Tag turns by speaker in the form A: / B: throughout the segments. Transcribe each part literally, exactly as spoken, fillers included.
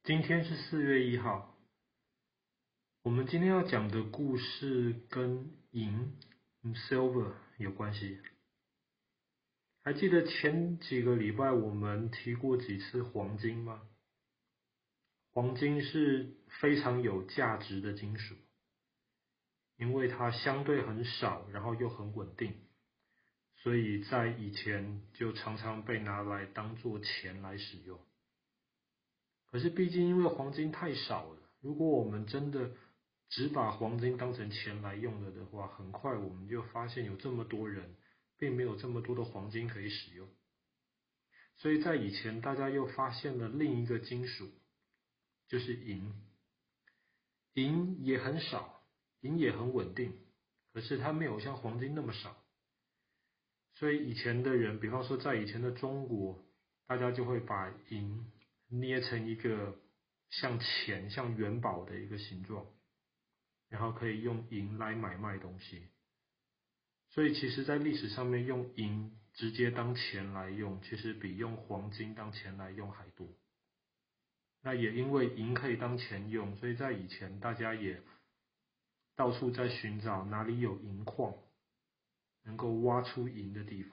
A: 今天是四月一号，我们今天要讲的故事跟银 （silver） 有关系。还记得前几个礼拜我们提过几次黄金吗？黄金是非常有价值的金属，因为它相对很少，然后又很稳定，所以在以前就常常被拿来当做钱来使用。可是毕竟因为黄金太少了，如果我们真的只把黄金当成钱来用了的话，很快我们就发现有这么多人并没有这么多的黄金可以使用。所以在以前大家又发现了另一个金属，就是银。银也很少，银也很稳定，可是它没有像黄金那么少。所以以前的人，比方说在以前的中国，大家就会把银捏成一个像钱、像元宝的一个形状，然后可以用银来买卖东西。所以其实在历史上面用银直接当钱来用，其实比用黄金当钱来用还多。那也因为银可以当钱用，所以在以前大家也到处在寻找哪里有银矿，能够挖出银的地方。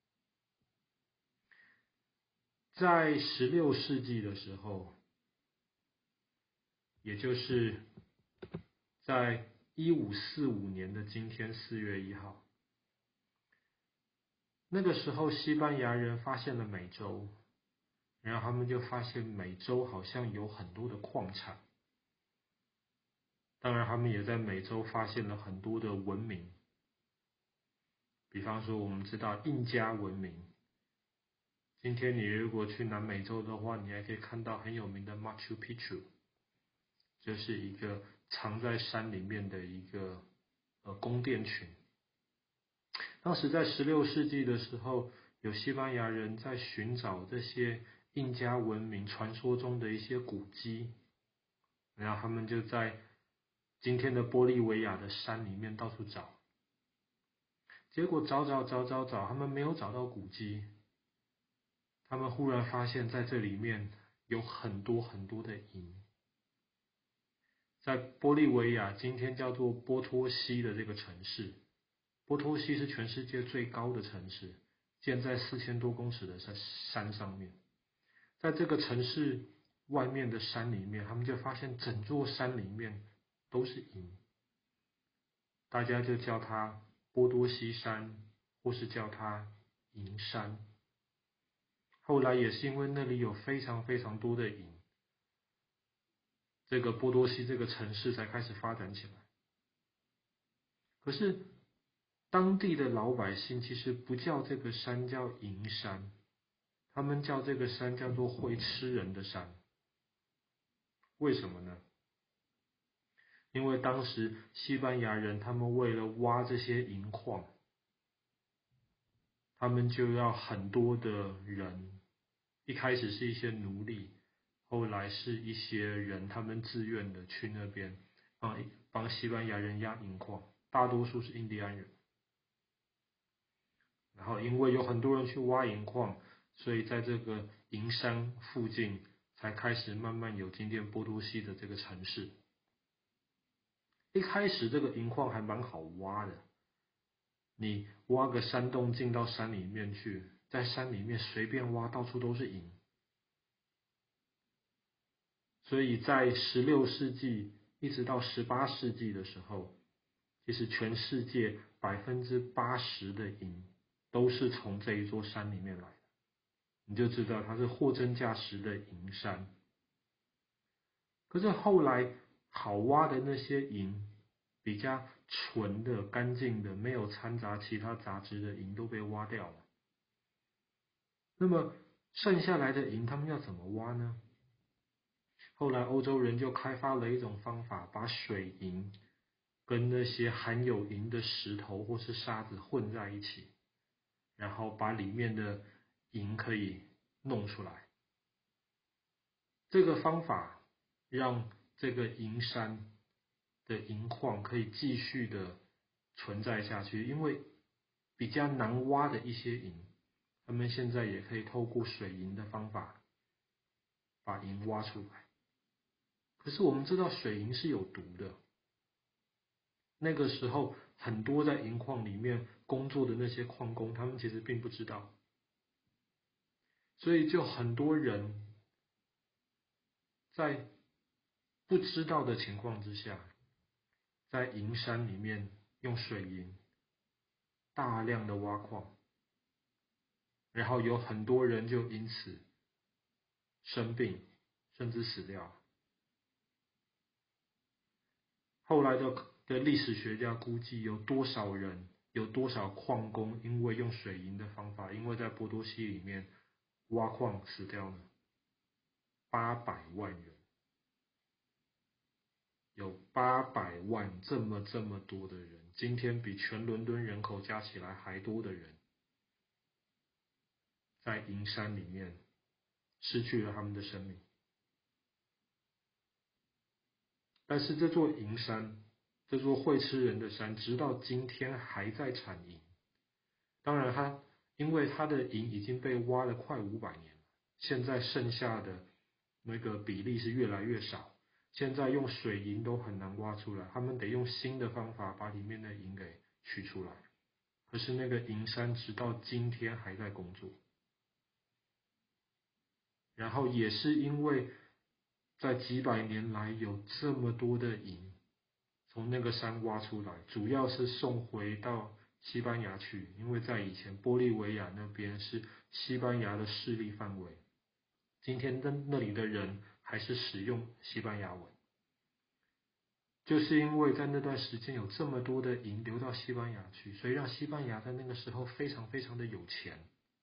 A: 在十六世纪的时候，也就是在一五四五年的今天四月一号，那个时候西班牙人发现了美洲，然后他们就发现美洲好像有很多的矿产。当然他们也在美洲发现了很多的文明，比方说我们知道印加文明。今天你如果去南美洲的话，你还可以看到很有名的 Machu Picchu， 就是一个藏在山里面的一个呃宫殿群。当时在十六世纪的时候，有西班牙人在寻找这些印加文明传说中的一些古迹，然后他们就在今天的玻利维亚的山里面到处找，结果找找找找找，他们没有找到古迹。他们忽然发现在这里面有很多很多的银。在玻利维亚今天叫做波托西的这个城市，波托西是全世界最高的城市，建在四千多公尺的山上面。在这个城市外面的山里面，他们就发现整座山里面都是银，大家就叫它波多西山，或是叫它银山。后来也是因为那里有非常非常多的银，这个波多西这个城市才开始发展起来。可是当地的老百姓其实不叫这个山叫银山，他们叫这个山叫做会吃人的山。为什么呢？因为当时西班牙人他们为了挖这些银矿，他们就要很多的人，一开始是一些奴隶，后来是一些人他们自愿的去那边帮帮西班牙人压银矿，大多数是印第安人。然后因为有很多人去挖银矿，所以在这个银山附近才开始慢慢有今天波多西的这个城市。一开始这个银矿还蛮好挖的，你挖个山洞进到山里面去，在山里面随便挖，到处都是银。所以在十六世纪一直到十八世纪的时候，其实全世界百分之八十的银都是从这一座山里面来的，你就知道它是货真价实的银山。可是后来好挖的那些银，比较纯的、干净的、没有掺杂其他杂质的银都被挖掉了。那么剩下来的银，他们要怎么挖呢？后来欧洲人就开发了一种方法，把水银跟那些含有银的石头或是沙子混在一起，然后把里面的银可以弄出来。这个方法让这个银山的银矿可以继续的存在下去，因为比较难挖的一些银，他们现在也可以透过水银的方法把银挖出来。 可是我们知道水银是有毒的。那个时候，很多在银矿里面工作的那些矿工，他们其实并不知道，所以就很多人在不知道的情况之下，在银山里面用水银大量的挖矿，然后有很多人就因此生病，甚至死掉。后来的的历史学家估计有多少人，有多少矿工因为用水银的方法，因为在波多西里面挖矿死掉呢？八百万人，有八百万这么这么多的人，今天比全伦敦人口加起来还多的人，在银山里面失去了他们的生命。但是这座银山，这座会吃人的山，直到今天还在产银。当然它，因为它的银已经被挖了快五百年了，现在剩下的那个比例是越来越少。现在用水银都很难挖出来，他们得用新的方法把里面的银给取出来。可是那个银山直到今天还在工作。然后也是因为在几百年来有这么多的银从那个山挖出来，主要是送回到西班牙去，因为在以前玻利维亚那边是西班牙的势力范围，今天那那里的人还是使用西班牙文，就是因为在那段时间有这么多的银流到西班牙去，所以让西班牙在那个时候非常非常的有钱。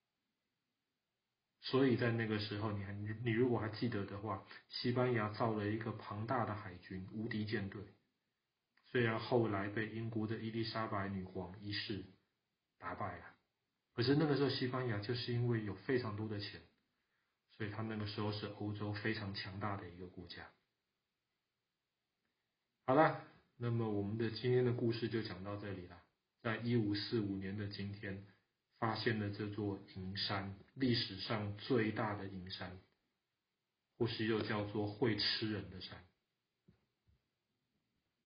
A: 所以在那个时候，你还你你如果还记得的话，西班牙造了一个庞大的海军，无敌舰队。虽然后来被英国的伊丽莎白女皇一世打败了，可是那个时候西班牙就是因为有非常多的钱，所以他那个时候是欧洲非常强大的一个国家。好了，那么我们的今天的故事就讲到这里了。在一五四五年的今天，发现了这座银山，历史上最大的银山，或是又叫做会吃人的山。